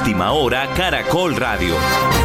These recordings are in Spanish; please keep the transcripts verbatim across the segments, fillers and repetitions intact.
Última Hora Caracol Radio.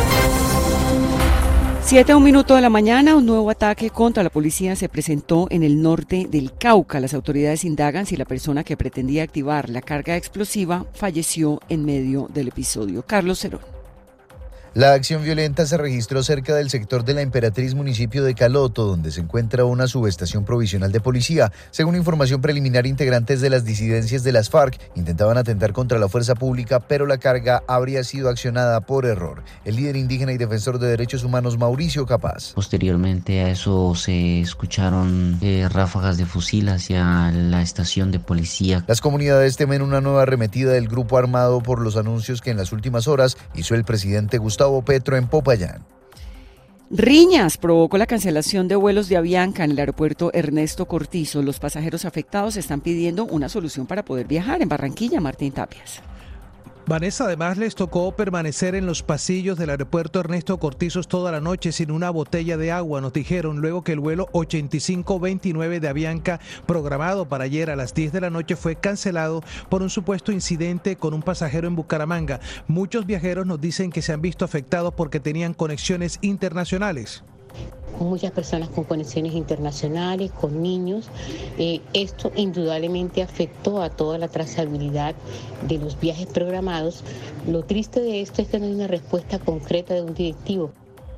Siete a un minuto de la mañana, un nuevo ataque contra la policía se presentó en el norte del Cauca. Las autoridades indagan si la persona que pretendía activar la carga explosiva falleció en medio del episodio. Carlos Cerón. La acción violenta se registró cerca del sector de la Emperatriz, municipio de Caloto, donde se encuentra una subestación provisional de policía. Según información preliminar, integrantes de las disidencias de las FARC intentaban atentar contra la fuerza pública, pero la carga habría sido accionada por error. El líder indígena y defensor de derechos humanos, Mauricio Capaz. Posteriormente a eso se escucharon eh, ráfagas de fusil hacia la estación de policía. Las comunidades temen una nueva arremetida del grupo armado por los anuncios que en las últimas horas hizo el presidente Gustavo Petro en Popayán. Riñas provocó la cancelación de vuelos de Avianca en el aeropuerto Ernesto Cortizo. Los pasajeros afectados están pidiendo una solución para poder viajar. En Barranquilla, Martín Tapias. Vanessa, además les tocó permanecer en los pasillos del aeropuerto Ernesto Cortizos toda la noche sin una botella de agua, nos dijeron, luego que el vuelo ochenta y cinco veintinueve de Avianca, programado para ayer a las diez de la noche, fue cancelado por un supuesto incidente con un pasajero en Bucaramanga. Muchos viajeros nos dicen que se han visto afectados porque tenían conexiones internacionales. Muchas personas con conexiones internacionales, con niños. Eh, esto indudablemente afectó a toda la trazabilidad de los viajes programados. Lo triste de esto es que no hay una respuesta concreta de un directivo.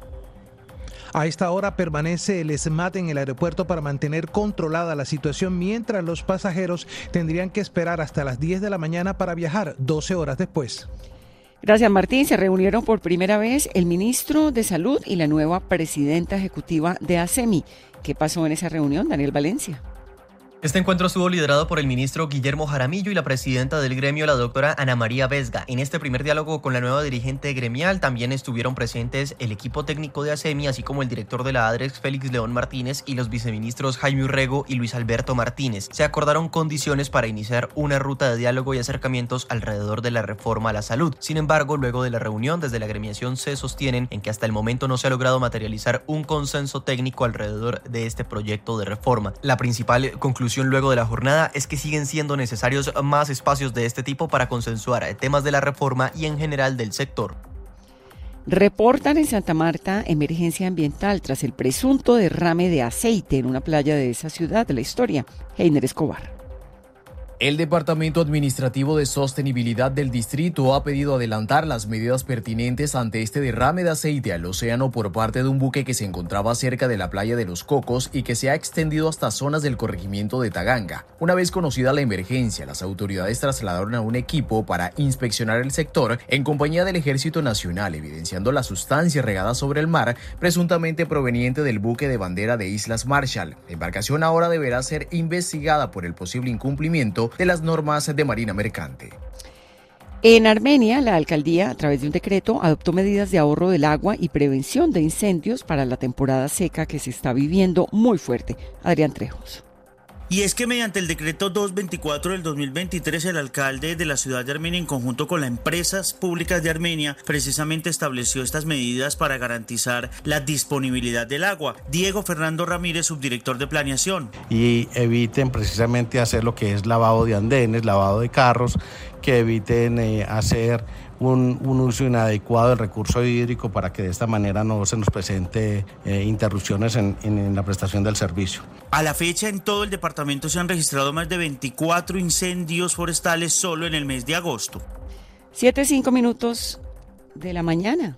A esta hora permanece el SMAT en el aeropuerto para mantener controlada la situación, mientras los pasajeros tendrían que esperar hasta las diez de la mañana para viajar doce horas después. Gracias, Martín. Se reunieron por primera vez el ministro de Salud y la nueva presidenta ejecutiva de ASEMI. ¿Qué pasó en esa reunión, Daniel Valencia? Este encuentro estuvo liderado por el ministro Guillermo Jaramillo y la presidenta del gremio, la doctora Ana María Vesga. En este primer diálogo con la nueva dirigente gremial también estuvieron presentes el equipo técnico de ASEMI, así como el director de la ADREX, Félix León Martínez, y los viceministros Jaime Urrego y Luis Alberto Martínez. Se acordaron condiciones para iniciar una ruta de diálogo y acercamientos alrededor de la reforma a la salud. Sin embargo, luego de la reunión, desde la agremiación se sostienen en que hasta el momento no se ha logrado materializar un consenso técnico alrededor de este proyecto de reforma. La principal conclusión luego de la jornada es que siguen siendo necesarios más espacios de este tipo para consensuar temas de la reforma y en general del sector. Reportan en Santa Marta emergencia ambiental tras el presunto derrame de aceite en una playa de esa ciudad de la historia. Heiner Escobar. El Departamento Administrativo de Sostenibilidad del Distrito ha pedido adelantar las medidas pertinentes ante este derrame de aceite al océano por parte de un buque que se encontraba cerca de la playa de Los Cocos y que se ha extendido hasta zonas del corregimiento de Taganga. Una vez conocida la emergencia, las autoridades trasladaron a un equipo para inspeccionar el sector en compañía del Ejército Nacional, evidenciando la sustancia regada sobre el mar, presuntamente proveniente del buque de bandera de Islas Marshall. La embarcación ahora deberá ser investigada por el posible incumplimiento de las normas de marina mercante. En Armenia, la alcaldía, a través de un decreto, adoptó medidas de ahorro del agua y prevención de incendios para la temporada seca que se está viviendo muy fuerte. Adrián Trejos. Y es que mediante el decreto doscientos veinticuatro del dos mil veintitrés, el alcalde de la ciudad de Armenia, en conjunto con las empresas públicas de Armenia, precisamente estableció estas medidas para garantizar la disponibilidad del agua. Diego Fernando Ramírez, subdirector de planeación. Y eviten precisamente hacer lo que es lavado de andenes, lavado de carros, que eviten eh, hacer un, un uso inadecuado del recurso hídrico para que de esta manera no se nos presente eh, interrupciones en, en, en la prestación del servicio. A la fecha, en todo el departamento se han registrado más de veinticuatro incendios forestales solo en el mes de agosto. Siete, cinco minutos de la mañana.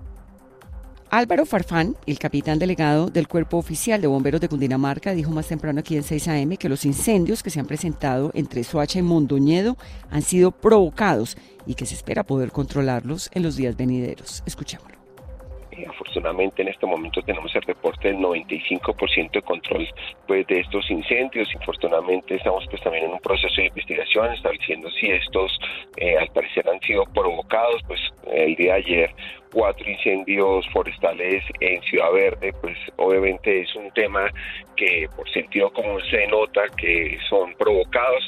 Álvaro Farfán, el capitán delegado del Cuerpo Oficial de Bomberos de Cundinamarca, dijo más temprano aquí en seis a eme que los incendios que se han presentado entre Soacha y Mondoñedo han sido provocados y que se espera poder controlarlos en los días venideros. Escuchémoslo. Eh, afortunadamente en este momento tenemos el reporte del noventa y cinco por ciento de control pues, de estos incendios. Infortunadamente estamos pues, también en un proceso de investigación estableciendo si estos eh, al parecer han sido provocados. Pues el día de ayer cuatro incendios forestales en Ciudad Verde, pues obviamente es un tema que por sentido común se nota que son provocados.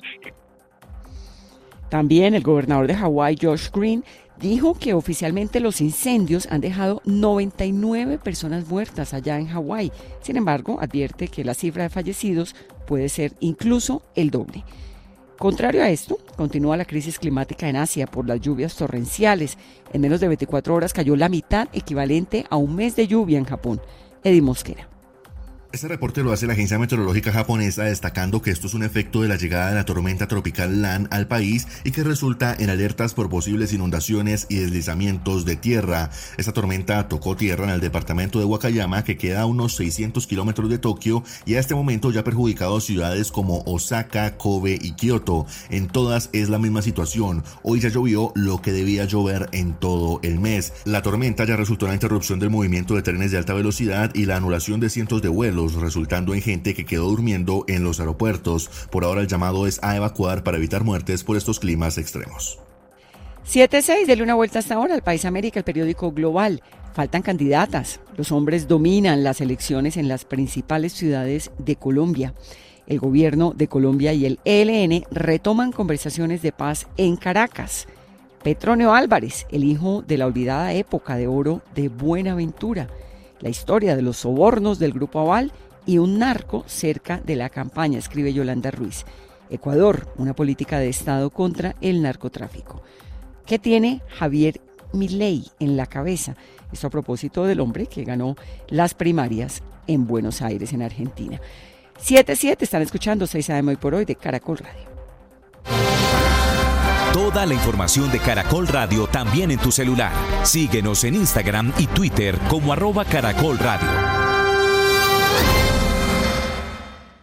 También el gobernador de Hawái, Josh Green, dijo que oficialmente los incendios han dejado noventa y nueve personas muertas allá en Hawái. Sin embargo, advierte que la cifra de fallecidos puede ser incluso el doble. Contrario a esto, continúa la crisis climática en Asia por las lluvias torrenciales. En menos de veinticuatro horas cayó la mitad, equivalente a un mes de lluvia en Japón. Eddie Mosquera. Este reporte lo hace la agencia meteorológica japonesa, destacando que esto es un efecto de la llegada de la tormenta tropical Lan al país y que resulta en alertas por posibles inundaciones y deslizamientos de tierra. Esta tormenta tocó tierra en el departamento de Wakayama, que queda a unos seiscientos kilómetros de Tokio, y a este momento ya ha perjudicado ciudades como Osaka, Kobe y Kioto. En todas es la misma situación. Hoy ya llovió lo que debía llover en todo el mes. La tormenta ya resultó en la interrupción del movimiento de trenes de alta velocidad y la anulación de cientos de vuelos, resultando en gente que quedó durmiendo en los aeropuertos. Por ahora el llamado es a evacuar para evitar muertes por estos climas extremos. siete seis, dele una vuelta hasta ahora al País América, el periódico global. Faltan candidatas. Los hombres dominan las elecciones en las principales ciudades de Colombia. El gobierno de Colombia y el E L N retoman conversaciones de paz en Caracas. Petronio Álvarez, el hijo de la olvidada época de oro de Buenaventura. La historia de los sobornos del Grupo Aval y un narco cerca de la campaña, escribe Yolanda Ruiz. Ecuador, una política de Estado contra el narcotráfico. ¿Qué tiene Javier Milei en la cabeza? Esto a propósito del hombre que ganó las primarias en Buenos Aires, en Argentina. siete siete, están escuchando seis a eme hoy por hoy de Caracol Radio. Toda la información de Caracol Radio también en tu celular. Síguenos en Instagram y Twitter como arroba Caracol Radio.